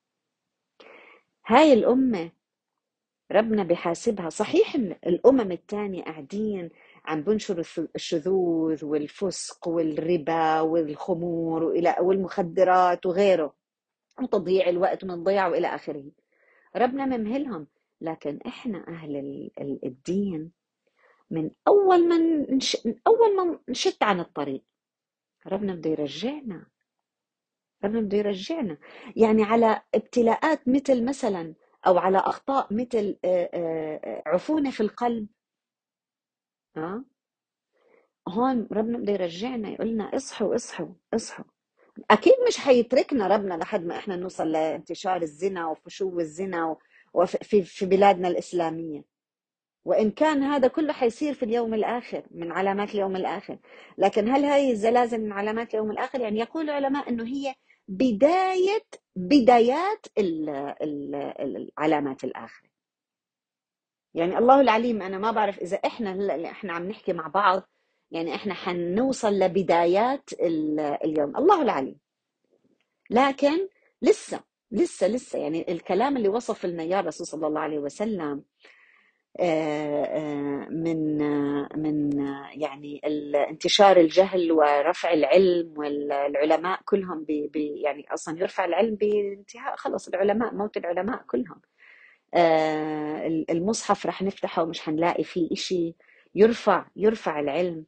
هاي الأمة ربنا بيحاسبها. صحيح إن الأمم التانية قاعدين عم بنشروا الشذوذ والفسق والربا والخمور وإلى والمخدرات وغيره وتضييع الوقت ومن ضياع وإلى آخره، ربنا ممهلهم. لكن إحنا أهل الدين من أول ما نش... أول ما نشت عن الطريق ربنا بده يرجعنا. ربنا بده يرجعنا. يعني على ابتلاءات مثل مثلا، أو على أخطاء مثل عفونة في القلب، ها هون ربنا بده يرجعنا، يقولنا اصحوا اصحوا اصحوا. أكيد مش حيتركنا ربنا لحد ما إحنا نوصل لانتشار الزنا وفشو الزنا وفي في بلادنا الإسلامية، وإن كان هذا كله حيصير في اليوم الآخر من علامات اليوم الآخر. لكن هل هاي الزلازل من علامات اليوم الآخر؟ يعني يقول العلماء أنه هي بداية بدايات ال ال العلامات الآخرة. يعني الله العليم، أنا ما بعرف إذا إحنا اللي إحنا عم نحكي مع بعض يعني إحنا حنوصل لبدايات اليوم، الله العليم. لكن لسه لسه لسه يعني الكلام اللي وصف لنا يا رسول صلى الله عليه وسلم من من يعني انتشار الجهل ورفع العلم، والعلماء كلهم بي بي يعني اصلا يرفع العلم بانتهاء خلص العلماء، موت العلماء كلهم. المصحف رح نفتحه ومش حنلاقي فيه إشي. يرفع يرفع العلم،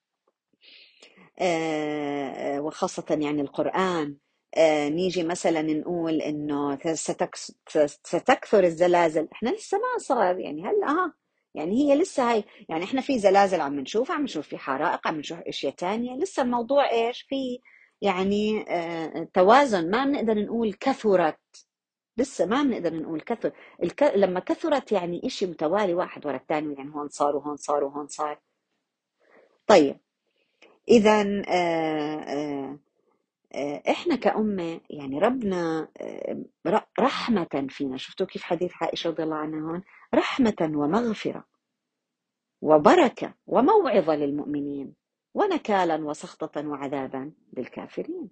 وخاصة يعني القرآن. نيجي مثلا نقول انه ستكثر الزلازل، احنا لسه ما صار يعني هلا اه يعني هي لسه هاي يعني احنا في زلازل عم نشوف، عم نشوف في حرائق، عم نشوف اشياء تانية. لسه الموضوع ايش في يعني آه توازن. ما بنقدر نقول كثرت، لسه ما بنقدر نقول كثر. الك... لما كثرت يعني اشي متوالي واحد ورا الثاني، يعني هون صار وهون صار وهون صار. طيب اذا آه آه احنا كأمة يعني ربنا رحمة فينا. شفتوا كيف حديث عائشة رضي الله عنها هون؟ رحمة ومغفرة وبركة وموعظة للمؤمنين ونكالا وسخطة وعذابا للكافرين.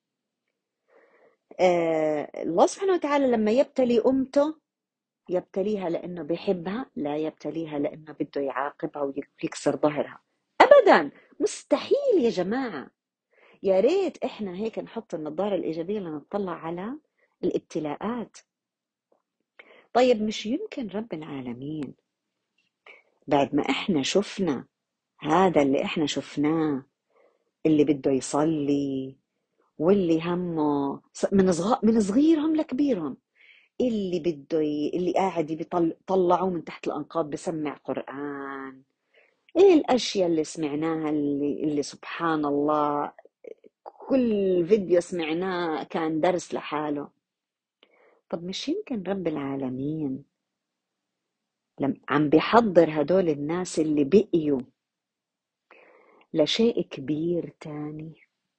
الله سبحانه وتعالى لما يبتلي أمته يبتليها لأنه بيحبها، لا يبتليها لأنه بده يعاقبها ويكسر ظهرها أبدا. مستحيل يا جماعة. يا ريت احنا هيك نحط النظارة الإيجابية لنطلع على الابتلاءات. طيب مش يمكن رب العالمين بعد ما احنا شفنا هذا اللي احنا شفناه، اللي بده يصلي واللي همه من صغ... من صغيرهم لكبيرهم اللي بده ي... اللي قاعد يطلعوه من تحت الأنقاض بسمع قرآن. ايه الاشياء اللي سمعناها اللي, اللي سبحان الله كل فيديو سمعناه كان درس لحاله. طب مش يمكن رب العالمين لم عم بيحضر هدول الناس اللي بقيوا لشيء كبير تاني؟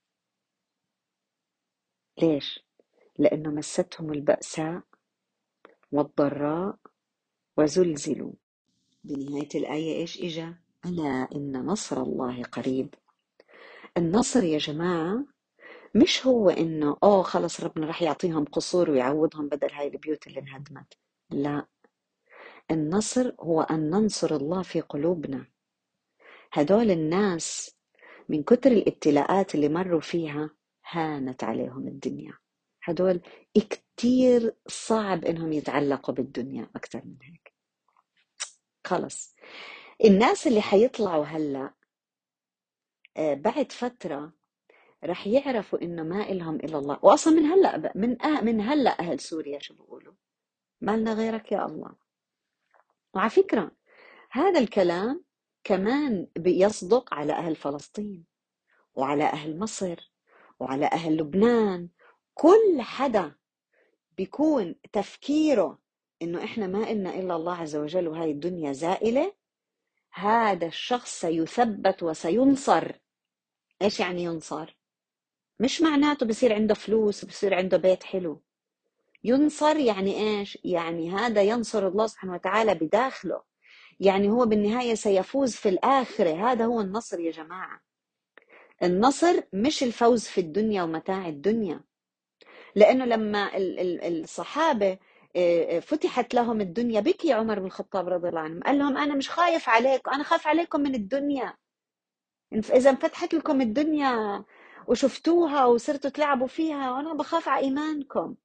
ليش؟ لأنه مستهم البأساء والضراء وزلزلوا. بنهاية الآية إيش إجا؟ ألا إن نصر الله قريب. النصر يا جماعة مش هو إنه أوه خلص ربنا رح يعطيهم قصور ويعوضهم بدل هاي البيوت اللي انهدمت. لا، النصر هو أن ننصر الله في قلوبنا. هدول الناس من كتر الابتلاءات اللي مروا فيها هانت عليهم الدنيا. هدول كتير صعب إنهم يتعلقوا بالدنيا أكتر من هيك. خلص الناس اللي حيطلعوا هلأ آه بعد فترة رح يعرفوا إنه ما إلهم إلا الله. وأصلا من هلأ من أه من هلأ أهل سوريا شو بيقولوا؟ ما لنا غيرك يا الله. وعلى فكرة هذا الكلام كمان بيصدق على أهل فلسطين وعلى أهل مصر وعلى أهل لبنان. كل حدا بيكون تفكيره إنه إحنا ما إلنا إلا الله عز وجل وهاي الدنيا زائلة، هذا الشخص سيثبت وسينصر. إيش يعني ينصر؟ مش معناته بصير عنده فلوس وبصير عنده بيت حلو. ينصر يعني إيش؟ يعني هذا ينصر الله سبحانه وتعالى بداخله، يعني هو بالنهاية سيفوز في الآخرة. هذا هو النصر يا جماعة. النصر مش الفوز في الدنيا ومتاع الدنيا. لأنه لما الصحابة فتحت لهم الدنيا بكي عمر بن الخطاب رضي الله عنه، قال لهم أنا مش خايف عليكم، أنا خايف عليكم من الدنيا. إذا انفتحت لكم الدنيا وشفتوها وصرتوا تلعبوا فيها وأنا بخاف على إيمانكم.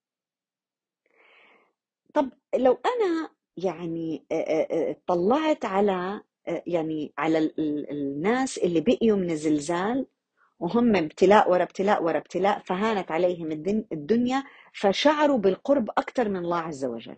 طب لو أنا يعني طلعت على يعني على الناس اللي بقيوا من الزلزال وهم ابتلاء ورا ابتلاء ورا ابتلاء فهانت عليهم الدنيا فشعروا بالقرب أكتر من الله عز وجل.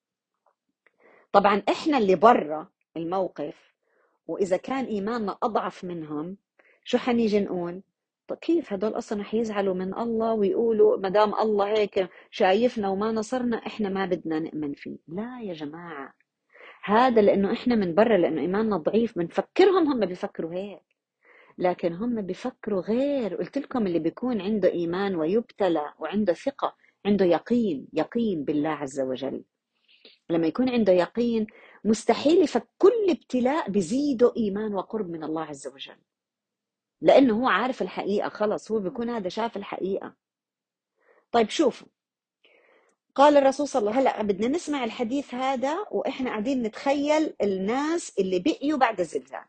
طبعا إحنا اللي برا الموقف وإذا كان إيماننا أضعف منهم شو حنيجي نقول؟ طيب كيف هدول أصلا رح يزعلوا من الله ويقولوا مدام الله هيك شايفنا وما نصرنا إحنا ما بدنا نؤمن فيه؟ لا يا جماعة، هذا لأنه إحنا من برا، لأنه إيماننا ضعيف بنفكرهم هم بيفكروا هيك، لكن هم بيفكروا غير. قلت لكم اللي بيكون عنده إيمان ويبتلى وعنده ثقة، عنده يقين، يقين بالله عز وجل. لما يكون عنده يقين مستحيل يفك كل ابتلاء بزيده إيمان وقرب من الله عز وجل، لأنه هو عارف الحقيقة. خلص هو بيكون هذا شاف الحقيقة. طيب شوفوا، قال الرسول صلى الله عليه وسلم، هلأ بدنا نسمع الحديث هذا وإحنا قاعدين نتخيل الناس اللي بقيوا بعد الزلزال.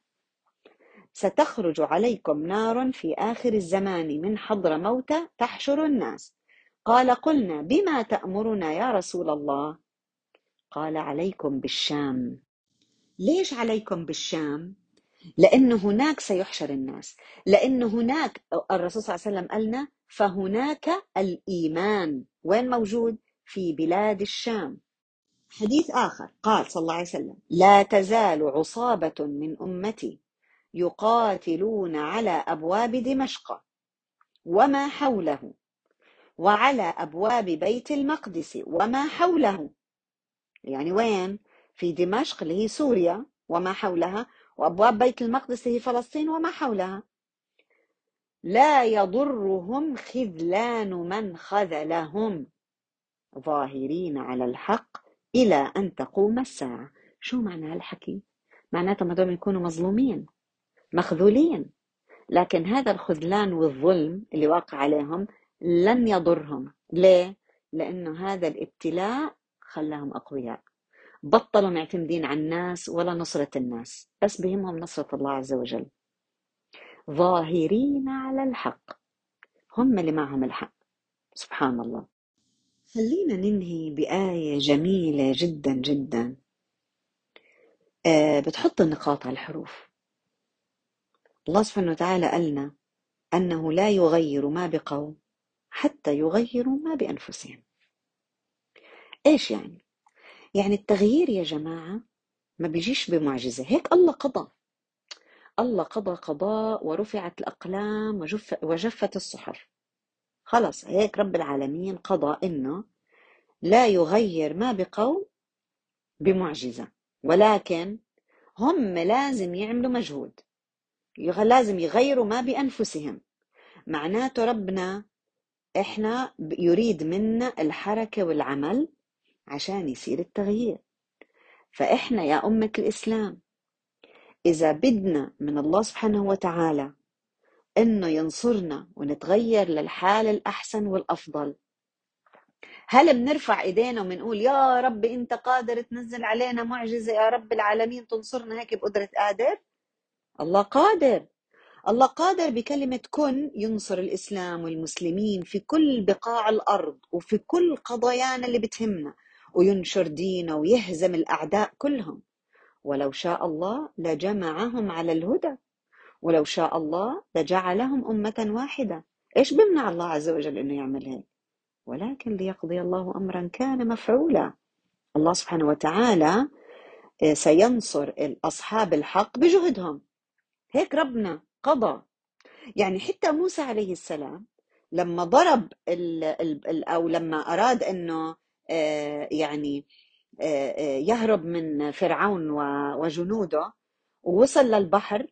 ستخرج عليكم نار في آخر الزمان من حضر موتى تحشر الناس. قال قلنا بما تأمرنا يا رسول الله؟ قال عليكم بالشام. ليش عليكم بالشام؟ لأنه هناك سيحشر الناس، لأنه هناك الرسول صلى الله عليه وسلم قالنا فهناك الإيمان وين موجود؟ في بلاد الشام. حديث آخر قال صلى الله عليه وسلم لا تزال عصابة من أمتي يقاتلون على أبواب دمشق وما حوله وعلى أبواب بيت المقدس وما حوله. يعني وين؟ في دمشق اللي هي سوريا وما حولها، وأبواب بيت المقدس هي فلسطين وما حولها. لا يضرهم خذلان من خذلهم ظاهرين على الحق إلى أن تقوم الساعة. شو معنى هالحكي؟ معناته هذول يكونوا مظلومين مخذولين، لكن هذا الخذلان والظلم اللي واقع عليهم لن يضرهم. ليه؟ لأنه هذا الابتلاء خلاهم أقوياء، بطلوا معتمدين على الناس ولا نصرة الناس، بس بهمهم نصرة الله عز وجل. ظاهرين على الحق، هم اللي معهم الحق. سبحان الله. خلينا ننهي بآية جميلة جدا جدا آه بتحط النقاط على الحروف. الله سبحانه وتعالى قالنا أنه لا يغير ما بقوم حتى يغيروا ما بأنفسهم. إيش يعني؟ يعني التغيير يا جماعة ما بيجيش بمعجزة، هيك الله قضى. الله قضى قضاء ورفعت الأقلام وجف وجفت الصحف. خلص هيك رب العالمين قضى إنه لا يغير ما بقوم بمعجزة، ولكن هم لازم يعملوا مجهود، يغ- لازم يغيروا ما بأنفسهم. معناته ربنا إحنا ب- يريد منا الحركة والعمل عشان يصير التغيير. فإحنا يا أمة الإسلام إذا بدنا من الله سبحانه وتعالى إنه ينصرنا ونتغير للحال الأحسن والأفضل، هل بنرفع إيدينا وبنقول يا رب أنت قادر تنزل علينا معجزة يا رب العالمين تنصرنا هيك بقدرة قادر؟ الله قادر. الله قادر بكلمة كن ينصر الإسلام والمسلمين في كل بقاع الأرض وفي كل قضايانا اللي بتهمنا، وينشر دينه ويهزم الأعداء كلهم. ولو شاء الله لجمعهم على الهدى، ولو شاء الله لجعلهم أمة واحدة. إيش بمنع الله عز وجل إنه يعمل هيك؟ ولكن ليقضي الله أمرا كان مفعولا. الله سبحانه وتعالى سينصر أصحاب الحق بجهدهم، هيك ربنا قضى. يعني حتى موسى عليه السلام لما ضرب ال ال أو لما أراد أنه يعني يهرب من فرعون وجنوده ووصل للبحر،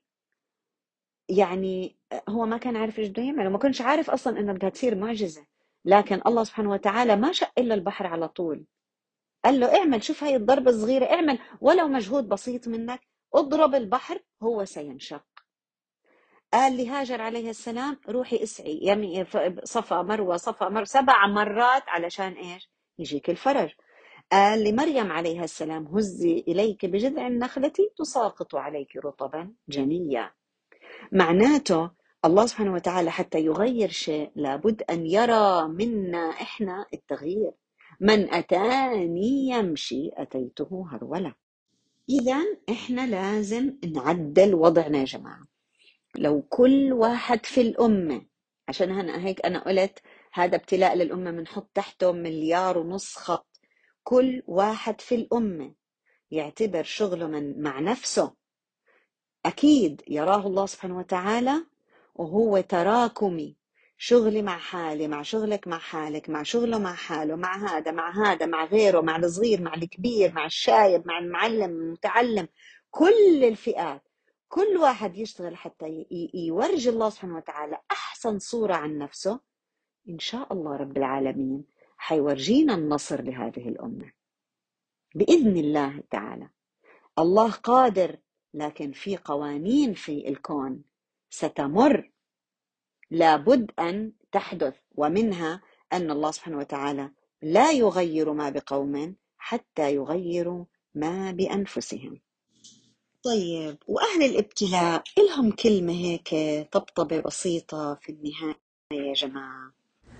يعني هو ما كان عارف ايش بده يعمل وما كانش عارف اصلا انه بدها تصير معجزه، لكن الله سبحانه وتعالى ما شق الا البحر على طول. قال له اعمل، شوف هاي الضربه الصغيره، اعمل ولو مجهود بسيط منك، اضرب البحر هو سينشق. قال لهاجر عليه السلام روحي اسعي يمي صفا مروه صفا مروه سبع مرات علشان ايش؟ يجيك الفرج. قال لمريم عليها السلام هزي اليك بجذع النخله تساقط عليك رطبا جنيا. معناته الله سبحانه وتعالى حتى يغير شيء لابد أن يرى منا إحنا التغيير. من أتاني يمشي أتيته هرولا. إذا إحنا لازم نعدل وضعنا يا جماعة. لو كل واحد في الأمة، عشان هنا هيك أنا قلت هذا ابتلاء للأمة بنحط تحته مليار ونص خط. كل واحد في الأمة يعتبر شغله من مع نفسه أكيد يراه الله سبحانه وتعالى، وهو تراكمي. شغلي مع حالي، مع شغلك مع حالك، مع شغله مع حاله، مع هذا مع هذا مع غيره، مع الصغير مع الكبير، مع الشايب مع المعلم المتعلم، كل الفئات. كل واحد يشتغل حتى يورجي الله سبحانه وتعالى أحسن صورة عن نفسه. إن شاء الله رب العالمين حيورجينا النصر لهذه الأمة بإذن الله تعالى. الله قادر، لكن في قوانين في الكون ستمر لابد أن تحدث، ومنها أن الله سبحانه وتعالى لا يغير ما بقوم حتى يغيروا ما بأنفسهم. طيب، وأهل الابتلاء إلهم كلمة هيك طبطبة بسيطة في النهاية يا جماعة،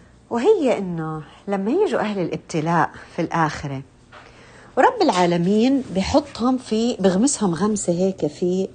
وهي إنه لما يجوا أهل الابتلاء في الآخرة ورب العالمين بحطهم في بغمسهم غمسة هيك في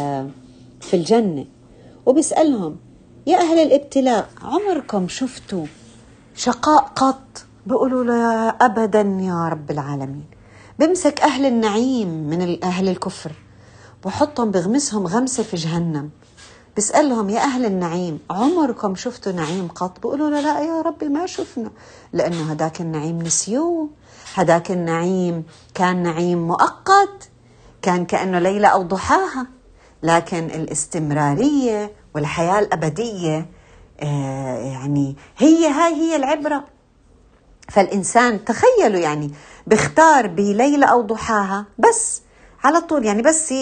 في الجنة، وبيسألهم يا أهل الابتلاء عمركم شفتوا شقاء قط؟ بيقولوا له أبدا يا رب العالمين. بمسك أهل النعيم من أهل الكفر بحطهم بغمسهم غمسة في جهنم، بيسألهم يا أهل النعيم عمركم شفتوا نعيم قط؟ بيقولوا له لا يا ربي ما شفنا، لأنه هداك النعيم نسيوه، هداك النعيم كان نعيم مؤقت، كان كأنه ليلة أو ضحاها، لكن الاستمرارية والحياة الأبدية آه يعني هي هاي هي العبرة. فالإنسان تخيلوا يعني بيختار بليلة أو ضحاها بس على طول، يعني بس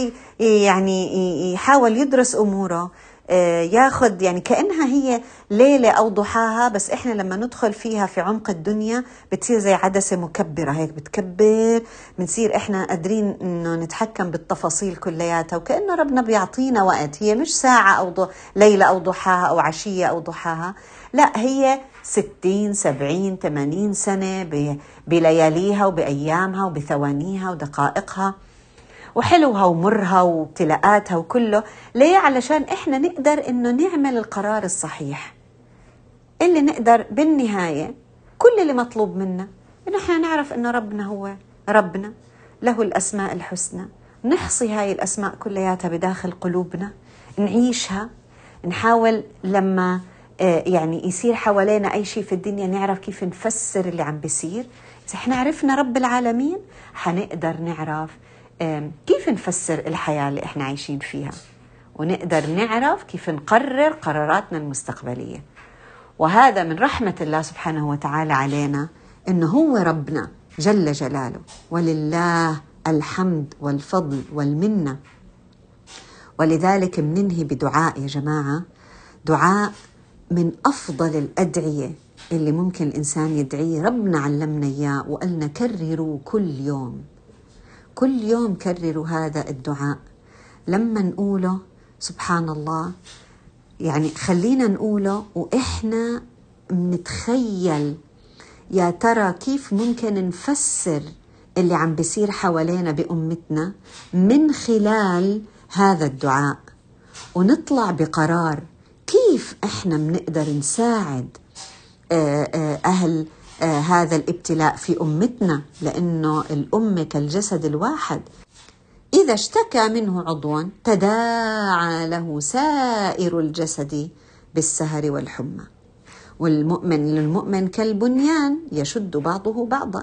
يعني يحاول يدرس أموره، ياخد يعني كأنها هي ليلة أو ضحاها، بس إحنا لما ندخل فيها في عمق الدنيا بتصير زي عدسة مكبرة هيك بتكبر، بنصير إحنا قادرين إنه نتحكم بالتفاصيل كلياتها، وكأنه ربنا بيعطينا وقت. هي مش ساعة أو ض... ليلة أو ضحاها أو عشية أو ضحاها، لا هي ستين سبعين ثمانين سنة ب... بلياليها وبأيامها وبثوانيها ودقائقها وحلوها ومرها وابتلاءاتها وكله. ليه؟ علشان إحنا نقدر إنه نعمل القرار الصحيح اللي نقدر بالنهاية. كل اللي مطلوب منا نحن نعرف أن ربنا هو ربنا، له الأسماء الحسنى، نحصي هاي الأسماء كلياتها بداخل قلوبنا، نعيشها، نحاول لما يعني يصير حوالينا أي شيء في الدنيا نعرف كيف نفسر اللي عم بيصير. إذا احنا عرفنا رب العالمين حنقدر نعرف كيف نفسر الحياة اللي احنا عايشين فيها، ونقدر نعرف كيف نقرر قراراتنا المستقبلية. وهذا من رحمة الله سبحانه وتعالى علينا، إنه هو ربنا جل جلاله، ولله الحمد والفضل والمنة. ولذلك مننهي بدعاء يا جماعة، دعاء من أفضل الأدعية اللي ممكن الإنسان يدعيه. ربنا علمنا إياه وقالنا كرروا كل يوم، كل يوم كرروا هذا الدعاء. لما نقوله سبحان الله، يعني خلينا نقوله وإحنا نتخيل يا ترى كيف ممكن نفسر اللي عم بيصير حوالينا بأمتنا من خلال هذا الدعاء، ونطلع بقرار كيف إحنا بنقدر نساعد أهل هذا الابتلاء في أمتنا، لأنه الأمة كالجسد الواحد، إذا اشتكى منه عضو تداعى له سائر الجسد بالسهر والحمى. والمؤمن للمؤمن كالبنيان يشد بعضه بعضا.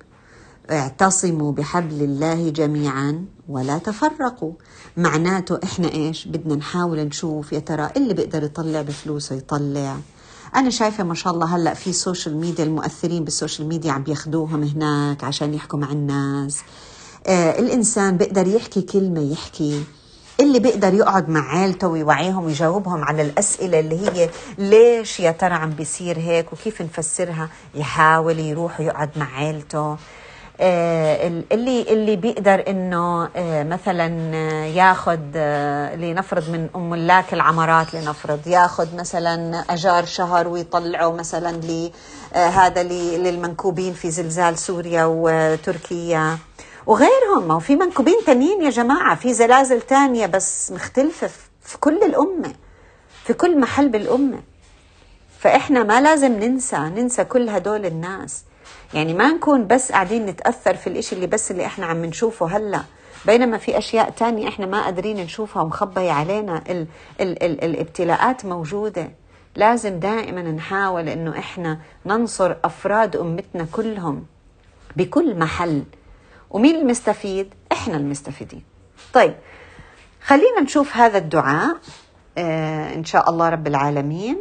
اعتصموا بحبل الله جميعا ولا تفرقوا. معناته إحنا إيش بدنا نحاول نشوف يا ترى اللي بيقدر يطلع بفلوسه يطلع. أنا شايفة ما شاء الله هلأ في سوشيال ميديا، المؤثرين بالسوشيال ميديا عم بياخدوهم هناك عشان يحكوا مع الناس. آه الإنسان بيقدر يحكي كلمة يحكي، اللي بيقدر يقعد مع عائلته ويوعيهم ويجاوبهم على الأسئلة اللي هي ليش يا ترى عم بيصير هيك وكيف نفسرها، يحاول يروح ويقعد مع عائلته. آه اللي اللي بيقدر إنه آه مثلا ياخد آه لنفرض من ملاك العمارات، لنفرض ياخد مثلا أجار شهر ويطلعه مثلا لهذا للمنكوبين في زلزال سوريا وتركيا وغيرهم. ما هو في منكوبين تانيين يا جماعة، في زلازل تانية بس مختلفة في كل الأمة، في كل محل بالأمة. فإحنا ما لازم ننسى ننسى كل هدول الناس، يعني ما نكون بس قاعدين نتأثر في الإشي اللي بس اللي إحنا عم نشوفه هلأ، بينما في أشياء تانية إحنا ما قادرين نشوفها ومخبية علينا. ال ال ال الابتلاءات موجودة. لازم دائما نحاول إنه إحنا ننصر أفراد أمتنا كلهم بكل محل. ومين المستفيد؟ إحنا المستفيدين. طيب خلينا نشوف هذا الدعاء آه إن شاء الله رب العالمين،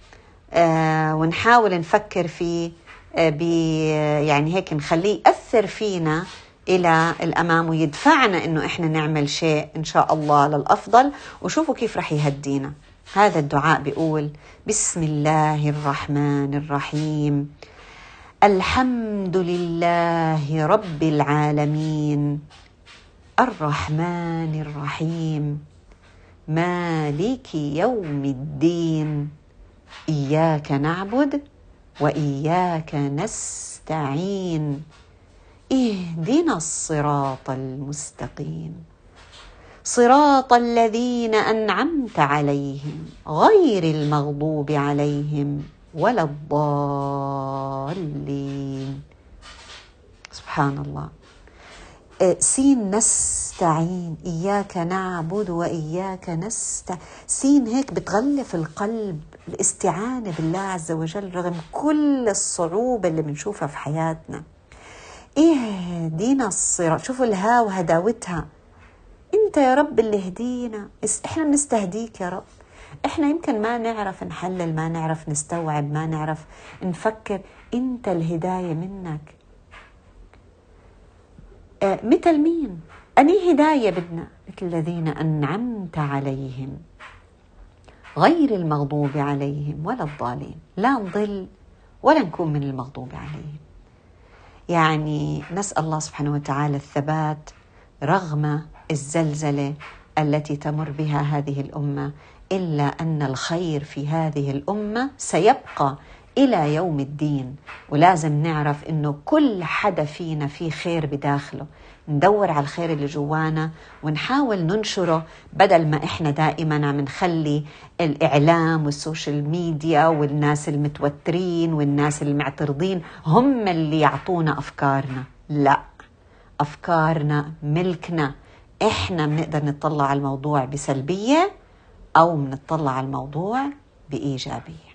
آه ونحاول نفكر فيه آه بي يعني هيك نخليه يأثر فينا إلى الأمام ويدفعنا إنه إحنا نعمل شيء إن شاء الله للأفضل. وشوفوا كيف رح يهدينا. هذا الدعاء بيقول: بسم الله الرحمن الرحيم، الحمد لله رب العالمين، الرحمن الرحيم، مالك يوم الدين، إياك نعبد وإياك نستعين، اهدنا الصراط المستقيم، صراط الذين أنعمت عليهم غير المغضوب عليهم ولا الضالين. سبحان الله. سين نستعين، إياك نعبد وإياك نستعين. سين هيك بتغلف القلب، الاستعانة بالله عز وجل رغم كل الصعوبة اللي بنشوفها في حياتنا. اهدينا الصراط. شوفوا الها وهداوتها، انت يا رب اللي هدينا، احنا بنستهديك يا رب. احنا يمكن ما نعرف نحلل، ما نعرف نستوعب، ما نعرف نفكر، انت الهداية منك. آه مثل مين؟ أني هداية بدنا؟ مثل الذين أنعمت عليهم غير المغضوب عليهم ولا الضالين. لا نضل ولا نكون من المغضوب عليهم. يعني نسأل الله سبحانه وتعالى الثبات رغم الزلزلة التي تمر بها هذه الأمة، إلا أن الخير في هذه الأمة سيبقى إلى يوم الدين. ولازم نعرف إنه كل حدا فينا فيه خير بداخله، ندور على الخير اللي جوانا ونحاول ننشره، بدل ما إحنا دائما عم نخلي الإعلام والسوشيال ميديا والناس المتوترين والناس المعترضين هم اللي يعطونا أفكارنا. لا، أفكارنا ملكنا، إحنا بنقدر نطلع على الموضوع بسلبية أو بنطلع على الموضوع بإيجابية.